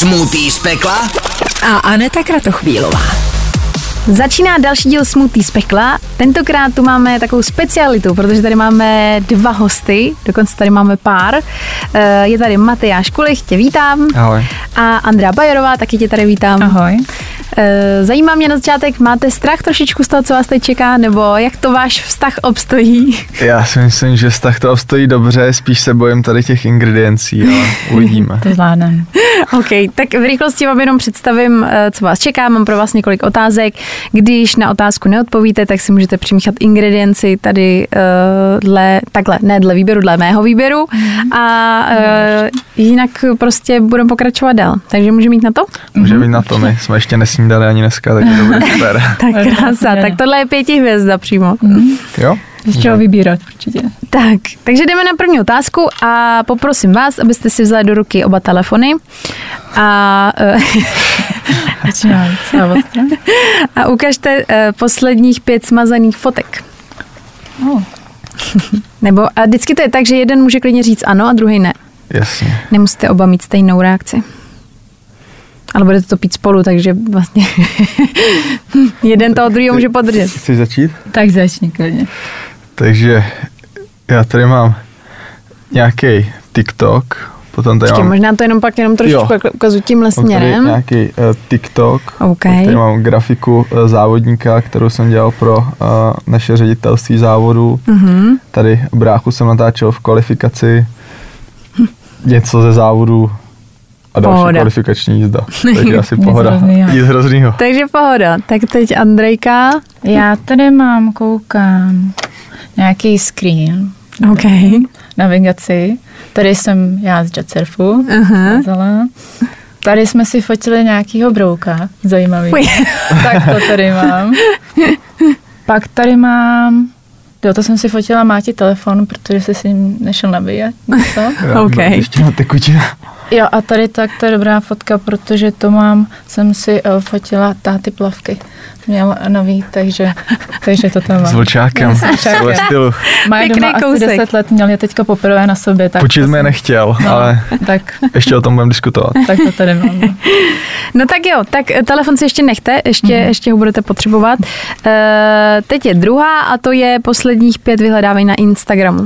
Smoothie z pekla a Aneta Kratochvílová. Začíná další díl Smoothie z pekla. Tentokrát tu máme takovou specialitu, protože tady máme 2 hosty, dokonce tady máme pár. Je tady Matyáš Kulich, tě vítám. Ahoj. A Andrea Bajerová, taky tě tady vítám. Ahoj. Zajímá mě na začátek, máte strach trošičku z toho, co vás teď čeká, nebo jak to váš vztah obstojí? Já si myslím, že vztah to obstojí dobře, spíš se bojím tady těch ingrediencí, ale uvidíme. To zvládnem. OK, tak v rychlosti vám jenom představím, co vás čeká. Mám pro vás několik otázek. Když na otázku neodpovíte, tak si můžete přimíchat ingredienci tady dle výběru, dle mého výběru. A jinak prostě budeme pokračovat dál. Takže můžeme jít na to? Můžeme jít na to, my jsme ještě nesnídali ani dneska, takže to bude super. Tak krása, tak tohle je 5 hvězda přímo. Jo? Z čeho vybírat určitě. Tak, takže jdeme na první otázku a poprosím vás, abyste si vzali do ruky oba telefony a ukažte posledních 5 smazaných fotek. Nebo a vždycky to je tak, že jeden může klidně říct ano a druhý ne. Jasně. Nemusíte oba mít stejnou reakci. Ale budete to pít spolu, takže vlastně jeden toho druhého může podržet. Chceš začít? Tak začni klidně. Takže já tady mám nějaký TikTok, potom tady mám... možná to jenom trošičku ukazuji tímhle směrem. Tady nějaký TikTok, okay. Tady mám grafiku závodníka, kterou jsem dělal pro naše ředitelství závodů. Mm-hmm. Tady bráchu jsem natáčel v kvalifikaci, něco ze závodů a další kvalifikační jízda. Takže asi pohoda. Nic hroznýho. Takže pohoda. Tak teď Andrejka. Já tady koukám nějaký screen. OK. Navigaci. Tady jsem já z jetsurfu. Tady jsme si fotili nějakýho brouka. Zajímavý. Tak to tady mám. Pak tady mám... To jsem si fotila Máti telefon, protože se s ním nešel nabíjet. Okay. Ještě na tekutě. Jo, a tady tak to je dobrá fotka, protože jsem si fotila táty plavky. Měl nový, takže to tam mám. S vlčákem, ve stylu. Mají doma asi 10 let, měl je teďka poprvé na sobě. Počít mi nechtěl, ale tak. Ještě o tom budeme diskutovat. Tak to tady mám. No tak jo, tak telefon si ještě nechte, ještě ho budete potřebovat. Teď je druhá a to je posledních 5 vyhledávání na Instagramu.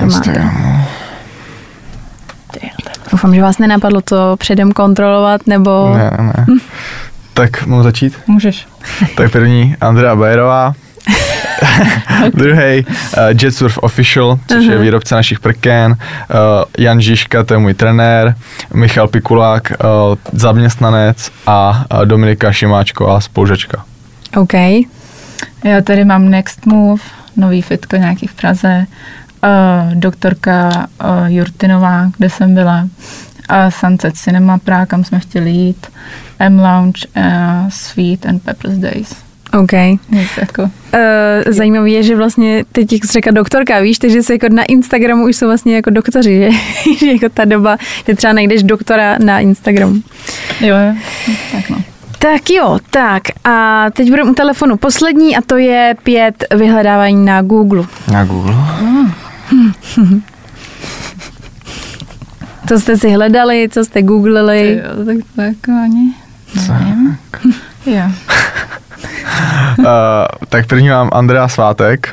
Doufám, že vás nenapadlo to předem kontrolovat, nebo... Ne. Tak můžu začít? Můžeš. Tak první Andrea Bajerová. Druhý Jetsurf Official, což je výrobce našich prken. Jan Žižka, to je můj trenér. Michal Pikulák, zaměstnanec a Dominika Šimáčková, spolužačka. OK. Já tady mám Next Move, nový fitko nějaký v Praze. Doktorka Jurtinová, kde jsem byla. Sunset Cinema Prague, kam jsme chtěli jít. M-Lounge, Sweet and Peppers Days. OK. Jako. Zajímavé je, že vlastně teď jak jsi řekla doktorka, víš, takže se jako na Instagramu už jsou vlastně jako doktoři, že jako ta doba, že třeba najdeš doktora na Instagramu. Jo, tak no. Tak jo, tak a teď budeme u telefonu poslední a to je 5 vyhledávání na Google. Na Google? Co jste si hledali, co jste googlili? Jo, tak to jako ani nevím. Jo. Tak první mám Andrea Svátek.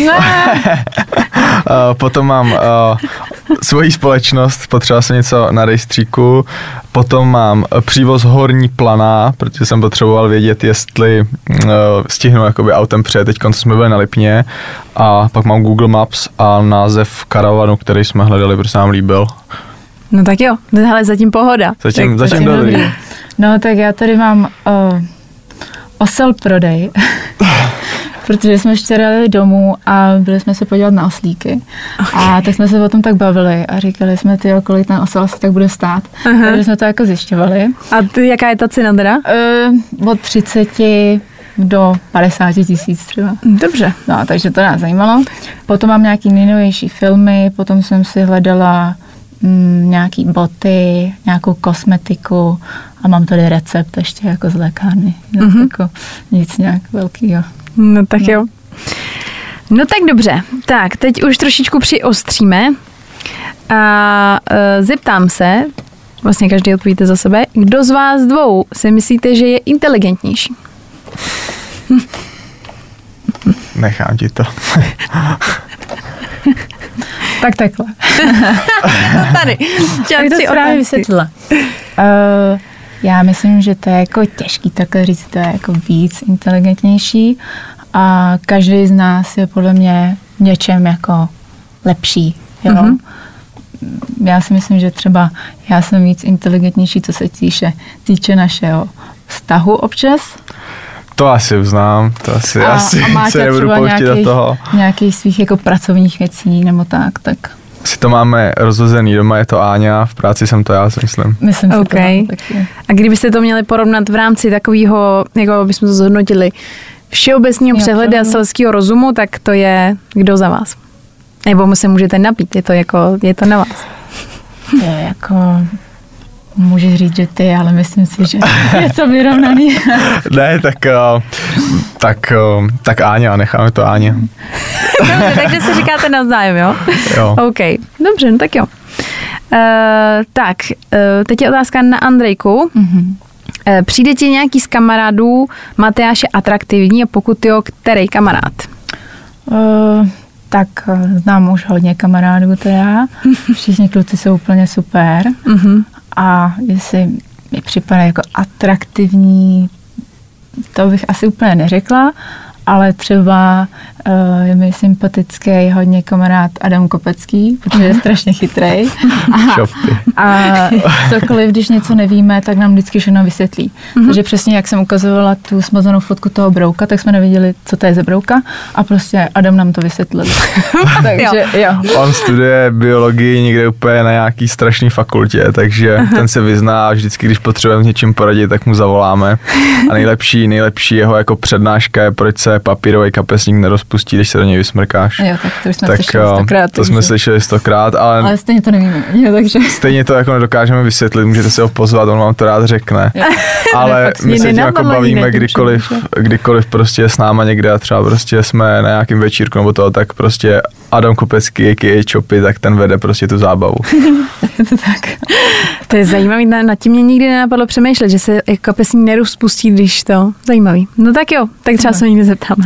Potom mám svoji společnost, potřeboval jsem něco na rejstříku. Potom mám přívoz Horní Planá, protože jsem potřeboval vědět, jestli stihnu jakoby autem přijet, teď jsme byli na Lipně. A pak mám Google Maps a název karavanu, který jsme hledali, protože se nám líbil. No tak jo, ale zatím pohoda. Zatím dobrý. No tak já tady mám osel prodej, protože jsme ještě jeli domů a byli jsme se podívat na oslíky. Okay. A tak jsme se o tom tak bavili a říkali jsme, kolik ten osel asi tak bude stát. Takže jsme to jako zjišťovali. A jaká je ta cena teda? Od 30 do 50 tisíc třeba. Dobře. No, takže to nás zajímalo. Potom mám nějaký nejnovější filmy, potom jsem si hledala nějaký boty, nějakou kosmetiku a mám tady recept ještě jako z lékárny. Jako nic nějak velkýho. No tak jo. No tak dobře. Tak, teď už trošičku přiostříme a zeptám se, vlastně každý odpovíte za sebe. Kdo z vás dvou si myslíte, že je inteligentnější? Nechám ti to. Tak takhle. Tady. Já to právě vysvětlila. Já myslím, že to je jako těžký takhle říct, to je jako víc inteligentnější a každý z nás je podle mě v něčem jako lepší, jo. Mm-hmm. Já si myslím, že třeba já jsem víc inteligentnější, co se týče našeho vztahu občas. To asi uznám, to asi se nebudu pouštět do toho. Nějakých svých jako pracovních věcí nebo tak. Si to máme rozhozený, doma je to Áňa, v práci jsem to já, si myslím. Myslím si okay. To taky. A kdybyste to měli porovnat v rámci takového, jako bychom to zhodnotili, všeobecného přehledu a selského rozumu, tak to je kdo za vás? Nebo mu se můžete napít, je to na vás. Je jako... Můžeš říct, že ty, ale myslím si, že je to vyrovnaný. Ne, tak Áňa, necháme to Áně. Dobře, takže si říkáte navzájem, jo? Jo. OK, dobře, no tak jo. Teď je otázka na Andrejku. Mm-hmm. Přijde ti nějaký z kamarádů Matyáše atraktivní a pokud jo, který kamarád? Tak znám už hodně kamarádů teda. Všichni kluci jsou úplně super. Mm-hmm. A jestli mi připadá jako atraktivní, to bych asi úplně neřekla, ale třeba je mi sympatický hodně kamarád Adam Kopecký, protože je strašně chytrej. A cokoliv, když něco nevíme, tak nám vždycky všechno vysvětlí. Takže přesně jak jsem ukazovala tu smazanou fotku toho brouka, tak jsme nevěděli, co to je za brouka a prostě Adam nám to vysvětlil. Takže jo. On studuje biologii někde úplně na nějaký strašný fakultě, takže ten se vyzná a vždycky, když potřebujeme s něčím poradit, tak mu zavoláme. A nejlepší jeho jako přednáška je, proč se papírový kapesník nerozpustí, když se do něj vysmrkáš. Jo, tak to už jsme slyšeli 100krát. To jsme slyšeli 100krát, ale stejně to nevíme. Jo, takže... Stejně to jako nedokážeme vysvětlit, můžete se ho pozvat, on vám to rád řekne. Jo. Ale my se tím jako bavíme kdykoliv prostě je s náma někde a třeba prostě jsme na nějakým večírku nebo toho, tak prostě Adam Kopecký, a.k.a. Čopy, tak ten vede prostě tu zábavu. To tak. To je zajímavý, nad tím mě nikdy nenapadlo přemýšlet, že se kapesník nerozpustí, když to zajímavý. No tak jo, tak třeba se někdy zeptáme.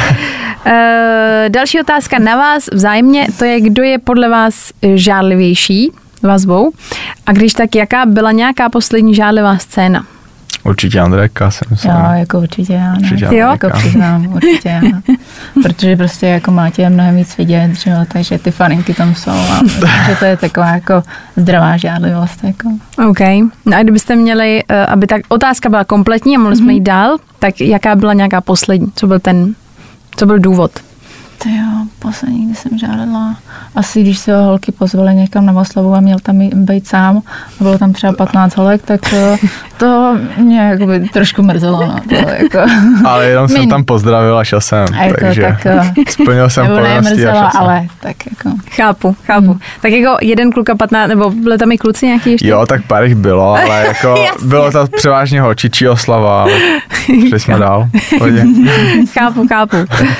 Další otázka na vás vzájemně, to je, kdo je podle vás žárlivější, vás dvou, a když tak, jaká byla nějaká poslední žárlivá scéna? Určitě Andrejka, jsem myslím. Jo, jako určitě já, ne? Určitě jo, jako přiznám, určitě já. Protože prostě jako Mátě je mnohem víc vidět, že jo, takže ty faninky tam jsou a že to je taková jako zdravá žádlivost. Jako. OK. No a kdybyste měli, aby ta otázka byla kompletní a mohli jsme jít dál, tak jaká byla nějaká poslední? Co byl důvod? To jo, poslední, kdy jsem žádala. Asi když se ho holky pozvaly někam na oslavu a měl tam být sám a bylo tam třeba 15 holek, tak to mě jakoby trošku mrzelo. No, to jako. Ale jenom jsem tam pozdravil a šel jsem, takže splnil jsem povinnosti a šel jsem. Ale tak jako. Chápu. Tak jako jeden kluk a 15, nebo byly tam i kluci nějaký ještě? Jo, tak pár jich bylo, ale jako bylo to převážně holčičí oslava, ale šli jsme dál. Chápu.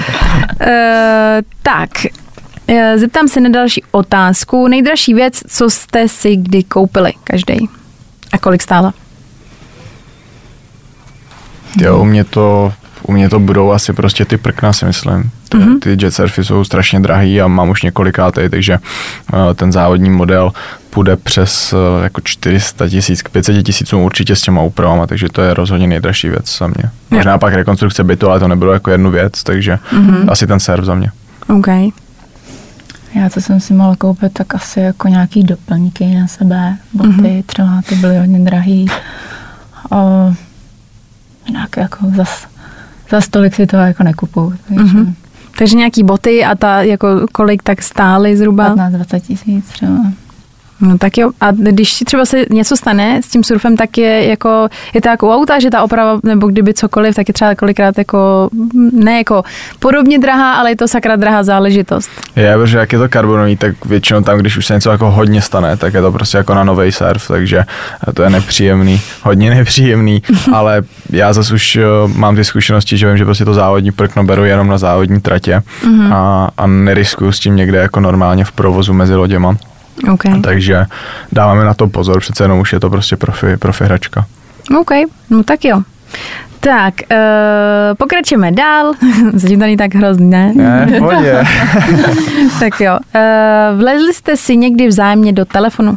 Tak, zeptám se na další otázku. Nejdražší věc, co jste si kdy koupili každý? A kolik stála? Jo, u mě to budou asi prostě ty prkna, si myslím. Ty jet surfy jsou strašně drahý a mám už několikátej, takže ten závodní model půjde přes jako 400 000 k 500 000 určitě s těma úpravama, takže to je rozhodně nejdražší věc za mě. Možná pak rekonstrukce bytu, ale to nebylo jako jednu věc, takže asi ten surf za mě. OK. Já co jsem si mohla koupit, tak asi jako nějaký doplňky na sebe, boty třeba, to byly hodně drahý. Nějak jako za stolik si to jako nekupuju. Takže nějaký boty a ta jako kolik tak stály zhruba? 15-20 tisíc třeba. No tak jo, a když třeba se něco stane s tím surfem, tak je to jako u auta, že ta oprava, nebo kdyby cokoliv, tak je třeba kolikrát jako, ne jako podobně drahá, ale je to sakra drahá záležitost. Je, protože jak je to karbonový, tak většinou tam, když už se něco jako hodně stane, tak je to prostě jako na novej surf, takže to je nepříjemný, hodně nepříjemný, ale já zase už mám ty zkušenosti, že vím, že prostě to závodní prkno beru jenom na závodní tratě a neriskuju s tím někde jako normálně v provozu mezi loděma. Okay. Takže dáváme na to pozor, přece jenom už je to prostě profi hračka. OK, no tak jo. Tak, pokračujeme dál. Zatím to není tak hrozný, ne? Ne, pohodě. Tak jo. Vlezli jste si někdy vzájemně do telefonu?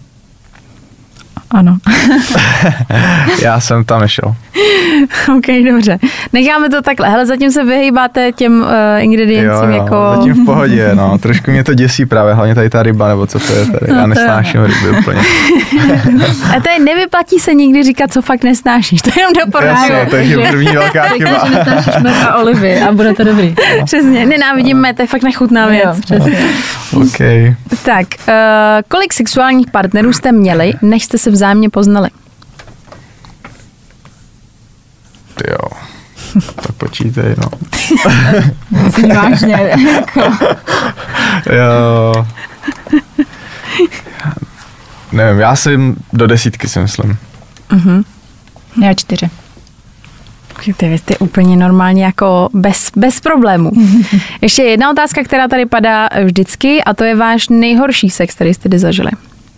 Ano. Já jsem tam nešel. OK, dobře. Necháme to takhle. Hele, zatím se vyhýbáte těm ingrediencím jako... zatím v pohodě, no. Trošku mě to děsí právě, hlavně tady ta ryba, nebo co to je tady. Já nesnáším ryby úplně. A tady nevyplatí se nikdy říkat, co fakt nesnášíš. To jenom doporučuji. Jasně, takže první velká chyba. Že nesnášíš med a olivy a bude to dobrý. Přesně, nenávidím med, to je fakt nechutná věc. Jo, přesně. OK. Tak, kolik sexuálních partnerů jste měli, než jste se vzájemně poznali? Jo. Tak počítej, no. Myslím vážně. Jo. Nevím, já jsem do 10 si myslím. Já 4. Ty jste úplně normálně jako bez problémů. Ještě jedna otázka, která tady padá vždycky, a to je váš nejhorší sex, který jste kdy zažili.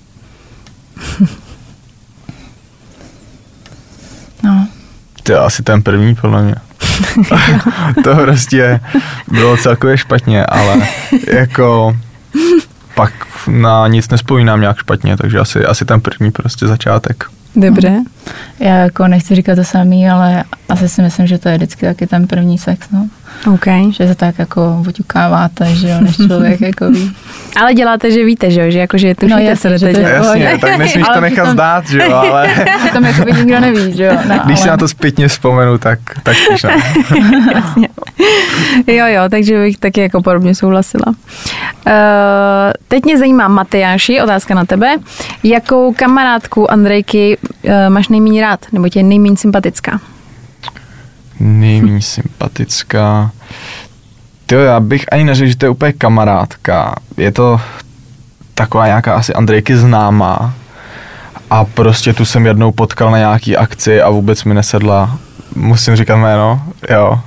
No. To je asi ten první, podle mě. To prostě bylo celkově špatně, ale jako pak na nic nespomínám nějak špatně, takže asi ten první prostě začátek. Dobře. Já jako nechci říkat to samý, ale asi si myslím, že to je vždycky taky ten první sex, no. OK. Že se tak jako oťukáváte, že jo, než člověk jako ví. Ale děláte, že víte, že je tušíte, No jasně, co jdete dělat. Jasně, tak nesmíš to nechat zdát, že jo, ale... Tam jako by nikdo neví, že jo. No, Když ale... si na to zpětně vzpomenu, tak spíš ne. Jasně. Jo, takže bych taky jako podobně souhlasila. Teď mě zajímá, Matyáši, otázka na tebe. Jakou kamarádku Andrejky máš nejméně rád, nebo tě je nejméně sympatická? Nejméně sympatická. Tyjo, já bych ani neřekl, že to je úplně kamarádka. Je to taková nějaká asi Andrejky známá. A prostě tu jsem jednou potkal na nějaký akci a vůbec mi nesedla. Musím říkat jméno? Jo.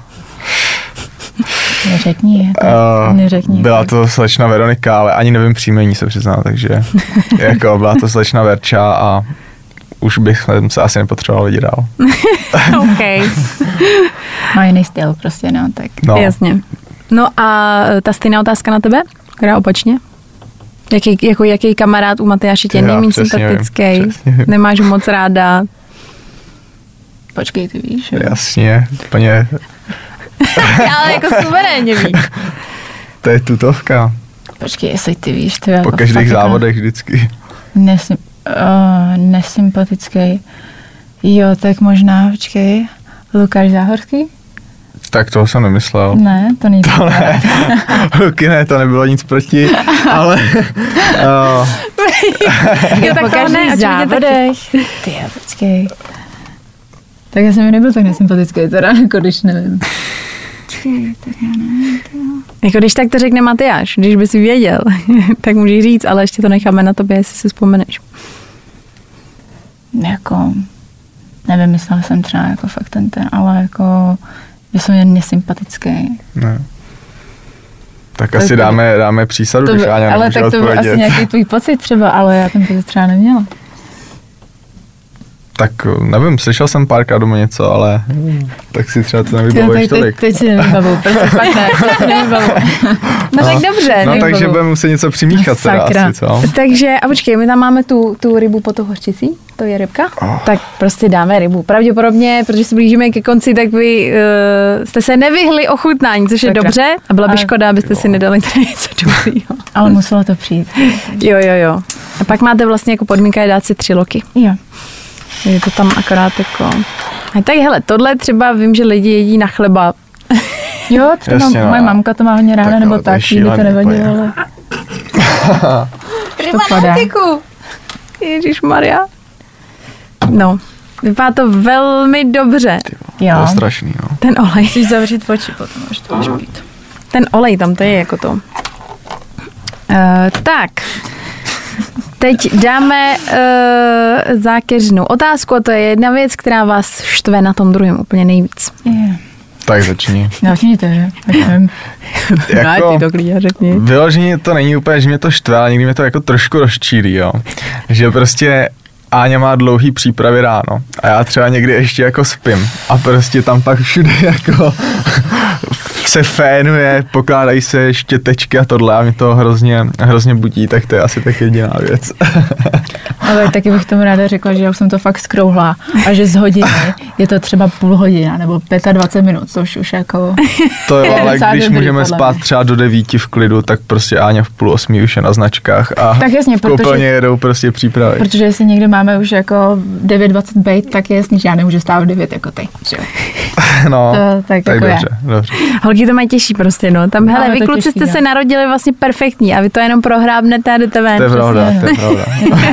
Neřekni. Byla to slečna Veronika, ale ani nevím příjmení, se přiznám, takže jako byla to slečna Verča a už bych se asi nepotřeboval vidět dál. OK. Má jiný styl prostě, no, tak. No. Jasně. No a ta stejná otázka na tebe? Která opačně? Jaký kamarád u Matyáši tě je nejméně sympatický? Nemáš ho moc ráda? Počkej, ty víš, jo? Jasně, úplně. Ale jako suverénně víš. To je tutovka. Počkej, jestli ty víš, to je jako po každých závodech vždycky. Nesympatický. Jo, tak možná, počkej, Lukáš Záhorský? Tak toho jsem nemyslel. Ne, to není to. Ne. Luky ne, to nebylo nic proti, ale... Jo, tak po každých závodech. Ty, počkej. Tak já jsem mi nebyl tak nesympatický, teda, jako když nevím. Počkej, tak já nevím. Jako když tak to řekne Matyáš, když by si věděl, tak můžeš říct, ale ještě to necháme na tobě, jestli si vzpomeneš. Jako, nevím, myslela jsem třeba jako fakt ten, ale jako vysloveně nesympatický. Ne. Tak asi dáme přísadu, když Áňa ale nemůže tak to byl asi nějaký tvůj pocit třeba, ale já ten pocit třeba neměla. Tak nevím, slyšel jsem párkrát doma něco, ale tak si třeba to nevybavuješ tolik. Teď si nevybavu, prostě fakt ne, nevybavu. No tak dobře. No takže budeme muset něco přimíchat teda asi, co? Takže, a počkej, my tam máme tu rybu pod tou hořčicí, to je rybka, tak prostě dáme rybu. Pravděpodobně, protože se blížíme ke konci, tak vy jste se nevyhli ochutnání, což je dobře a byla by škoda, abyste si nedali tady něco dobrýho. Ale muselo to přijít. Jo. A pak máte vlastně jako podmínka dát si 3 loky. Jo. Je to tam akorát jako... A tak hele, tohle třeba vím, že lidi jedí na chleba. Jo, třeba jasně, moje mamka to má hodně ráda, nebo tak, kdyby to nevadilo, ale... Ryba na tyku. Ježišmarja. No, vypadá to velmi dobře. Jo. To je strašný, no. Ten olej. Musíš zavřít oči potom, až to může být. Ten olej tam, to je jako to. Tak... Teď dáme zákeřnou otázku a to je jedna věc, která vás štve na tom druhém úplně nejvíc. Tak začni. Začni ty, tak nevím. Jako, ty to klidně řekni. Vyloženě to není úplně, že mě to štve, ale někdy mě to jako trošku rozčílí, jo. Že prostě Áňa má dlouhý přípravy ráno a já třeba někdy ještě jako spím a prostě tam pak všude jako se fénuje, pokládají se štětečky a tohle a mě to hrozně budí, tak to je asi tak jediná věc. Ale taky bych tomu ráda řekla, že já už jsem to fakt zkrouhla a že z hodiny je to třeba půl hodina nebo 25 minut, což už jako... To jo, ale když můžeme spát třeba do 9 v klidu, tak prostě Áňa v 7:30 už je na značkách a tak jasně, koupelně jedou prostě přípravy. Protože jestli někdy máme už jako 9:20 bejt, tak je jasný, že já nemůžu stát v 9 jako ty, že jo. No, to, tak jako dobře. Holky to mají těžší prostě, no. Tam, hele, vy kluci jste se narodili vlastně perfektní a vy to jenom prohrábnete a jdete ven. To je pravda, to je pravda.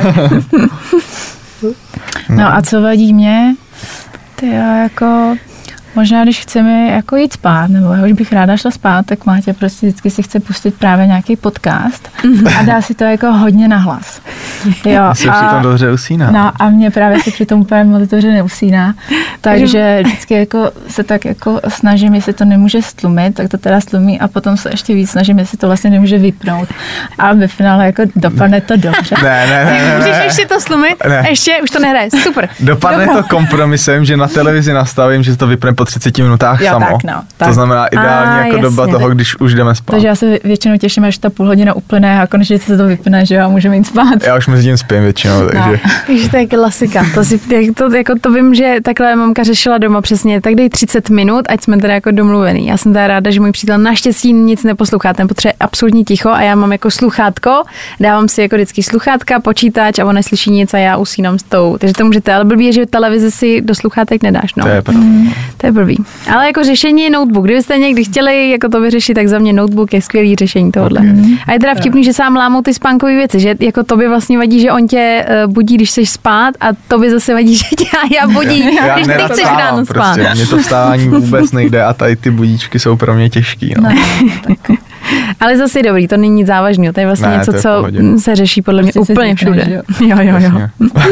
No a co vadí mě, ty jako... Možná, když chceme jako jít spát, nebo já už bych ráda šla spát, tak Máťa prostě vždycky si chce pustit právě nějaký podcast a dá si to jako hodně nahlas. Jo, se přitom dobře usíná. No a mě právě se přitom úplně moc dobře neusíná. Takže vždycky jako se tak jako snažím, jestli to nemůže stlumit, tak to teda stlumí a potom se ještě víc snažím, jestli to vlastně nemůže vypnout. A ve finále jako dopadne to dobře. Ne. Můžeš ještě to slumit? Ne. Ještě už to nehraje. Super. Dopadne to kompromisem, že na televizi nastavím, že to vypne po 30 minutách samo. Tak, no, tak. To znamená ideální jako jasně, doba toho, když už jdeme spát. Takže já se většinou těším, až ta půl hodina uplyne a konečně se to vypne, že jo, a můžeme jít spát. Já už mezi tím spím většinou, takže. Víš, to je klasika. To vím, že takhle mamka řešila doma přesně, tak dej 30 minut, ať jsme teda jako domluvený. Já jsem teda ráda, že můj přítel naštěstí nic neposlouchá, ten potřebuje absolutně ticho a já mám jako sluchátko, dávám si jako vždycky sluchátka, počítač a on neslyší nic a já usínám s tou. Takže to můžete, ale blbý je, že televizi si do sluchátek nedáš, no. To je pravda. To je blbý. Ale jako řešení je notebook. Kdybyste někdy chtěli jako to vyřešit, tak za mě notebook je skvělý řešení tohohle. Okay. A je teda vtipný, že sám lámou ty spánkové věci, že jako tobě vlastně vadí, že on tě budí, když chceš spát a tobě zase vadí, že tě já budí, když ty chceš ráno spát. Prostě. Mně to vstávání vůbec nejde a tady ty budíčky jsou pro mě těžký. No. Tak. Ale zase dobrý, to není nic závažného, to je vlastně něco, co se řeší podle mě úplně všude. Jo.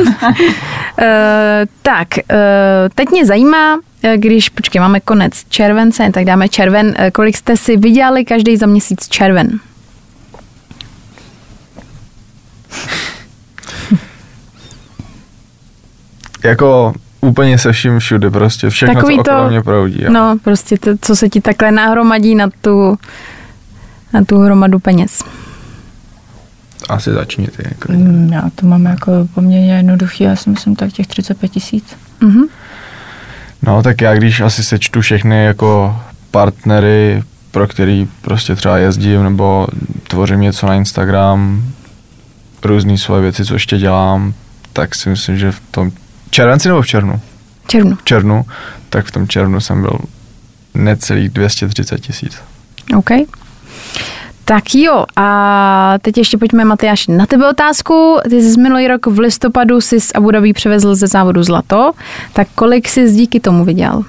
Tak, teď mě zajímá, když, počkej, máme konec července, tak dáme červen. Kolik jste si vydělali každý za měsíc červen? Jako úplně se vším všude prostě, všechno, takový co okolo mě proudí. Jo. No, prostě to, co se ti takhle nahromadí na tu hromadu peněz. Asi začni ty. Já to mám jako poměrně jednoduchý, já si myslím tak těch 35 000. Mm-hmm. No tak já když asi sečtu všechny jako partnery, pro který prostě třeba jezdím nebo tvořím něco na Instagram, různý svoje věci, co ještě dělám, tak si myslím, že v tom červenci nebo v červnu? Červnu, tak v tom červnu jsem byl necelých 230 000. OK. Tak jo, a teď ještě pojďme, Matyáši, na tebe otázku. Ty jsi minulý rok v listopadu si z Abu Dhabi převezl ze závodu zlato, tak kolik jsi díky tomu vydělal?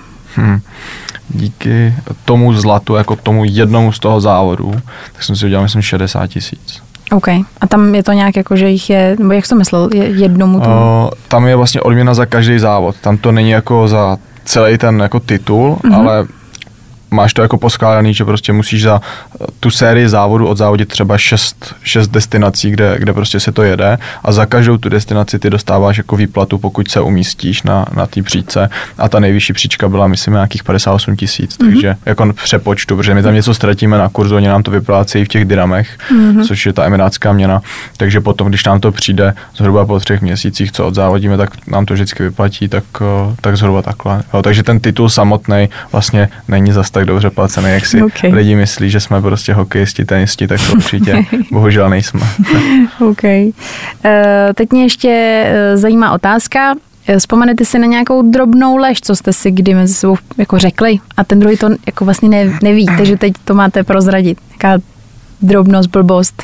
Díky tomu zlatu, jako tomu jednomu z toho závodu, tak jsem si udělal, myslím, 60 000. OK. A tam je to nějak jako, že jich je, nebo jak jsi to myslel, jednomu tomu? Tam je vlastně odměna za každý závod. Tam to není jako za celý ten jako titul, ale máš to jako poskládaný, že prostě musíš za tu sérii závodu odzávodit třeba 6 destinací, kde prostě se to jede a za každou tu destinaci ty dostáváš jako výplatu, pokud se umístíš na té příčce a ta nejvyšší příčka byla, myslím, nějakých 58 000, takže jako přepočtu, protože my tam něco ztratíme na kurzu, oni nám to vyplácejí v těch dirhamech, což je ta emirátská měna, takže potom, když nám to přijde zhruba po 3 měsících, co odzávodíme, tak nám to vždycky vyplatí, tak zhruba takhle. Jo, takže ten titul samotný vlastně není zas tak dobře placený, jak si lidi myslí, že jsme prostě hokejisti, tenisti, tak to určitě bohužel nejsme. OK. Teď mě ještě zajímá otázka. Vzpomenete si na nějakou drobnou lež, co jste si kdy mezi sebou jako řekli a ten druhý to jako vlastně neví, takže teď to máte prozradit. Jaká drobnost, blbost.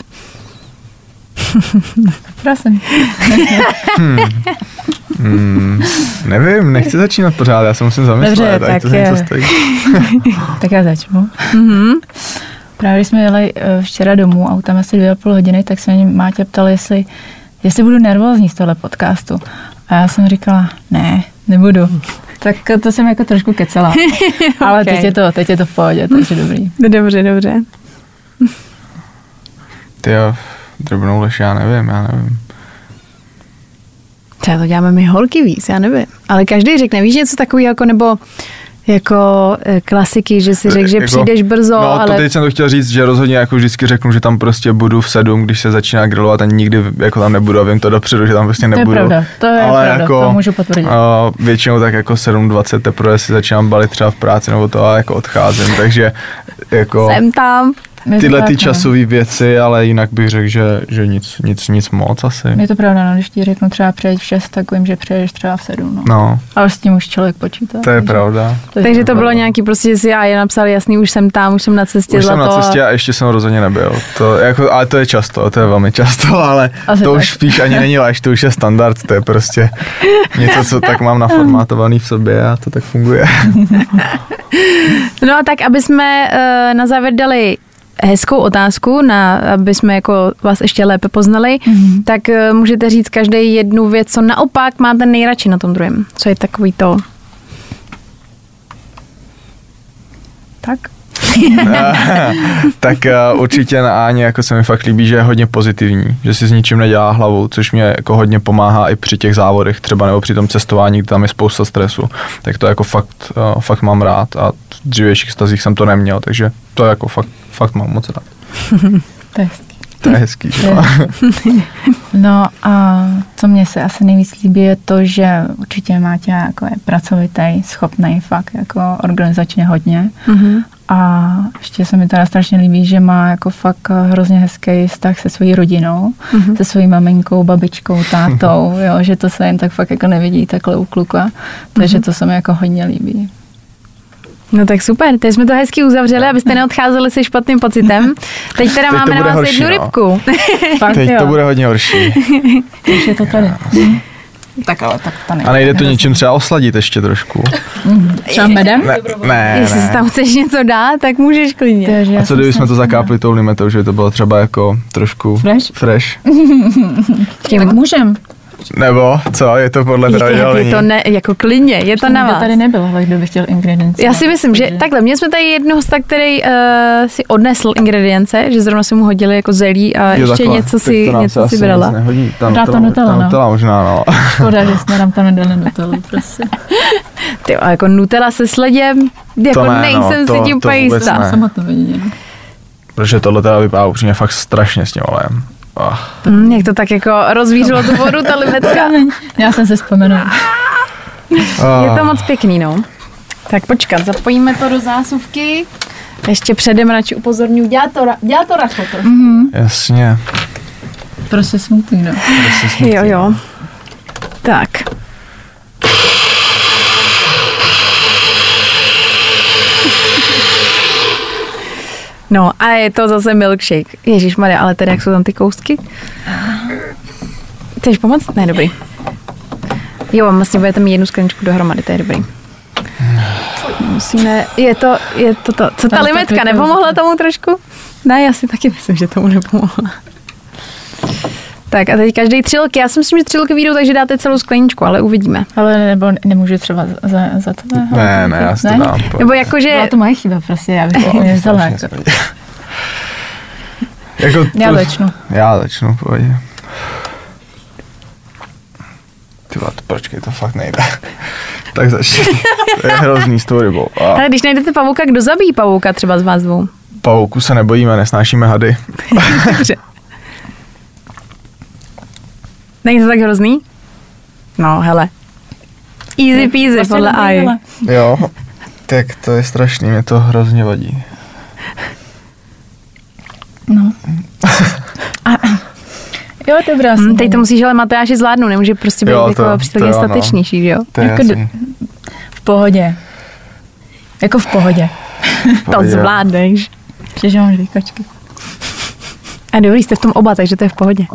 Prosím. Nevím, nechci začínat pořád, já se musím zamyslet. Dobře, tak tak já začnu. Právě když jsme jeli včera domů, autem asi 2,5 hodiny, tak se mě Máťa ptal, jestli budu nervózní z tohle podcastu. A já jsem říkala, ne, nebudu. Tak to jsem jako trošku kecela. Ale okay. teď je to v pohodě, takže dobrý. Dobře. Tyjo, drobnou lež, já nevím. Třeba to děláme my holky víc, já nevím. Ale každý řekne, víš něco takového, jako nebo jako klasiky, že si řekl, že jako, přijdeš brzo, no, ale... No, teď jsem to chtěl říct, že rozhodně jako vždycky řeknu, že tam prostě budu v 7, když se začíná grilovat a nikdy jako tam nebudu a vím to dopředu, že tam prostě nebudu. To je pravda, jako, to můžu potvrdit. Většinou tak jako 7:20 teprve si začínám balit třeba v práci nebo to a jako odcházím, takže jako... Jsem tam. Tyhle ty časové věci, ale jinak bych řekl, že nic moc asi. Je to pravda, no, když ti řeknu třeba přejít v 6, tak vím, že přejdeš třeba v 7. No. Ale s tím už člověk počítá. To je pravda. Takže to bylo nějaký prostě, že si je napsal jasný, už jsem tam, už jsem na cestě. Už jsem na cestě a ještě jsem rozhodně nebyl. To, jako, ale to je často, to je velmi často, ale asi to tak. Už spíš ani není lež, to už je standard, to je prostě něco, co tak mám naformátovaný v sobě a to tak funguje. No a tak, aby jsme na závěr dali hezkou otázku, aby jsme jako vás ještě lépe poznali, tak můžete říct každý jednu věc, co naopak máte nejradši na tom druhém. Co je takový to? Tak? Tak určitě na Áně jako se mi fakt líbí, že je hodně pozitivní, že si s ničím nedělá hlavou, což mě jako hodně pomáhá i při těch závodech třeba nebo při tom cestování, kde tam je spousta stresu, tak to jako fakt mám rád a v dřívějších stazích jsem to neměl, takže to jako fakt mám moc rád. To je hezký. To je hezký. No a co mě se asi nejvíc líbí je to, že určitě Máťa jako je pracovitý, schopný fakt jako organizačně hodně. A ještě se mi teda strašně líbí, že má jako fakt hrozně hezký vztah se svojí rodinou, se svojí maminkou, babičkou, tátou, jo, že to se jen tak fakt jako nevidí takhle u kluka, takže to se mi jako hodně líbí. No tak super, teď jsme to hezky uzavřeli, abyste neodcházeli se špatným pocitem. Teď teda máme na vás horší, jednu rybku. Fakt, teď to bude hodně horší. Už je to tady. Tak ale tak to nejde. A nejde to něčím třeba osladit ještě trošku? Třeba medem? Ne. Jestli si tam chceš něco dát, tak můžeš klidně. A co kdyby jsme to zakápli tou limetou, že to bylo třeba jako trošku fresh? Tak můžem. Nebo co, je to podle pravidel? Je to ne, jako klidně, je to na vás. Tady nebyl, ale kdo by chtěl ingredience. Já si myslím, že takhle, měli jsme tady jednoho hosta, který si odnesl ingredience, že zrovna se mu hodili jako zelí a ještě takhle, něco si brala. Dá to Nutella, no. Nutella možná, no. Škoda, že jsme nám tam nedali Nutellu, prosím. Ty, a jako Nutella se sledem, jako ne, nejsem si tím úplně jistá. Sama to vidím. Protože tohle teda vypadá upřímně fakt strašně s tím olejem. Jak to tak jako rozvířilo tu vodu, ta limetka. Já jsem se vzpomenul. Je to moc pěkný, no. Tak počkat, zapojíme to do zásuvky. Ještě předem radši upozorňuji, dělá to rachoto. Jasně. Prostě smutný, no. Jo. Tak. No a je to zase milkshake. Ježišmarja, ale tedy jak jsou tam ty koustky? Chceš pomoct? Ne, dobrý. Jo, vlastně budete mít jednu skleničku dohromady, to je dobrý. Musíme, je to. Co ta limetka, nepomohla tomu trošku? Ne, já si taky myslím, že tomu nepomohla. Tak a teď každý 3 lky. Já si myslím, že 3 lky vyjdou, takže dáte celou skleničku, ale uvidíme. Ale nebo nemůžu třeba za tebe? Ne, já si to dám. Nebo jakože... Byla to moje chyba, prostě, já bych to nevzala. Jako Já začnu, pohodě. Tyva, počkej, to fakt nejde. Tak začni. To je hrozný s tou rybou. Ale když najdete pavouka, kdo zabíjí pavouka třeba z vás dvou? Pavouku se nebojíme, nesnášíme hady. Dobře. Není to tak hrozný? No, hele. Easy peasy, podle AI. Jo, tak to je strašný, mě to hrozně vadí. No. Jo, dobrá. Teď to musíš ale Matyáši zvládnout, nemůže prostě být jako příliš statečnější, jo? To je jako v pohodě. Jako v pohodě. To zvládneš. Že mám 2 kočky. A dobrý, jste v tom oba, takže to je v pohodě.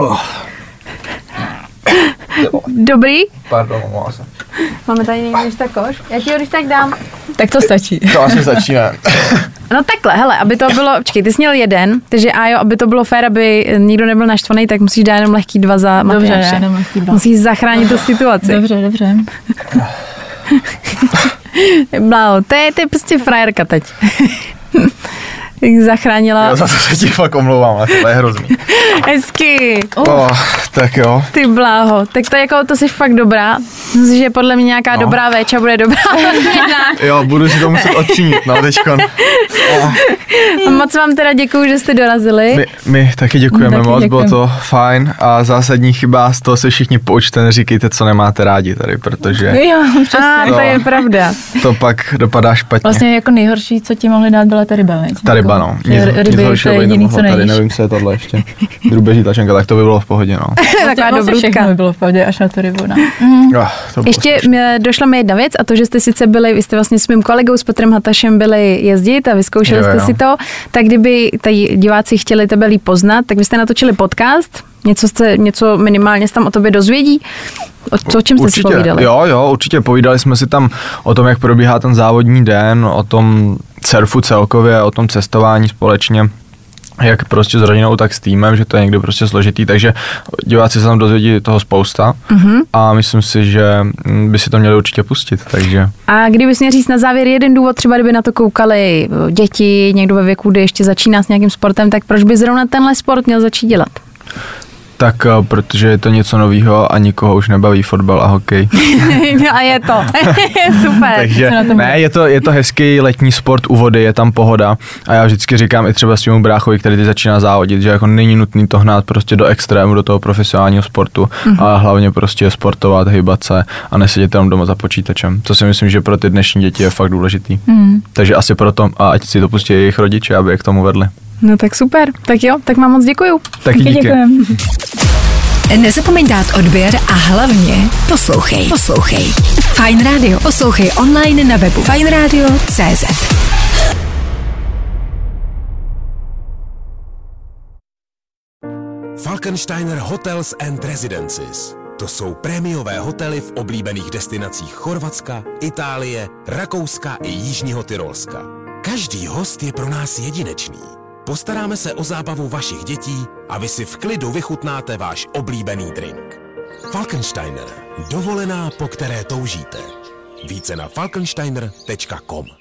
Dobrý? Pardon, omlouvám se. Máme tady někdo když tak koš? Já ti ho když tak dám. Tak to stačí. To asi začíná. No takhle, hele, aby to bylo, počkej, ty jsi měl 1, takže Ajo, aby to bylo fér, aby nikdo nebyl naštvaný, tak musíš dát jenom lehký 2 za Matyáše. Dobře, já dám lehký 2. Musíš zachránit tu situaci. Dobře. Bláho, to je prostě frajerka teď. Zachránila. Já za to se ti fakt omlouvám, ale to je hrozný. Hezky. Tak jo. Ty bláho, tak to jako, to jsi fakt dobrá. Myslím, že podle mě nějaká dobrá véča bude dobrá. Jo, budu si to muset odčinit, teďkon. Moc vám teda děkuju, že jste dorazili. My taky děkujeme moc, bylo to fajn a zásadní chyba, z toho se všichni poučte, neříkejte, co nemáte rádi tady, protože... Jo, přesně. To je pravda. To pak dopadá špatně. Vlastně jako nejhorší, co ti mohli dát, byla ta ryba, veď? Ta ryba, no. Ryby, to je jediný, co nejíš. Tady nevím, co je tohle ještě. Drůbeží tačenka, tak to by bylo v pohodě, no. Taková dobrutka. Všechno by bylo v pohodě, až na tu rybu, no. Ještě došla mi jedna věc a to, že jste sice byli, vy jste vlastně s mým kolegou, s Petrem Hatašem byli jezdit a vyzkoušeli jste si to, tak kdyby tady diváci chtěli tebe líp poznat, tak byste natočili podcast, něco minimálně se tam o tobě dozvědí. O čem jste si povídali? Jo, určitě. Povídali jsme si tam o tom, jak probíhá ten závodní den, o tom surfu celkově, o tom cestování společně, jak prostě s rodinou, tak s týmem, že to je někdy prostě složitý, takže diváci se tam dozvědí toho spousta a myslím si, že by si to měli určitě pustit, takže. A kdybys měl říct na závěr jeden důvod, třeba kdyby na to koukali děti, někdo ve věku, kdy ještě začíná s nějakým sportem, tak proč by zrovna tenhle sport měl začít dělat? Tak protože je to něco novýho a nikoho už nebaví fotbal a hokej. A je to. Super. Takže ne, je to hezký letní sport u vody, je tam pohoda a já vždycky říkám i třeba svému bráchovi, který teď začíná závodit, že jako není nutný to hnát prostě do extrému, do toho profesionálního sportu, ale hlavně prostě sportovat, hýbat se a nesedět jenom doma za počítačem. To si myslím, že pro ty dnešní děti je fakt důležitý. Takže asi proto, a ať si to pustí jejich rodiče, aby je k tomu vedli. No tak super, tak jo, tak vám moc děkuju. Taky díky. Nezapomeň dát odběr a hlavně poslouchej. Fajn Radio. Poslouchej online na webu fajnradio.cz. Falkensteiner Hotels and Residences. To jsou prémiové hotely v oblíbených destinacích Chorvatska, Itálie, Rakouska i Jižního Tyrolska. Každý host je pro nás jedinečný. Postaráme se o zábavu vašich dětí a vy si v klidu vychutnáte váš oblíbený drink. Falkensteiner. Dovolená, po které toužíte. Více na falkensteiner.com.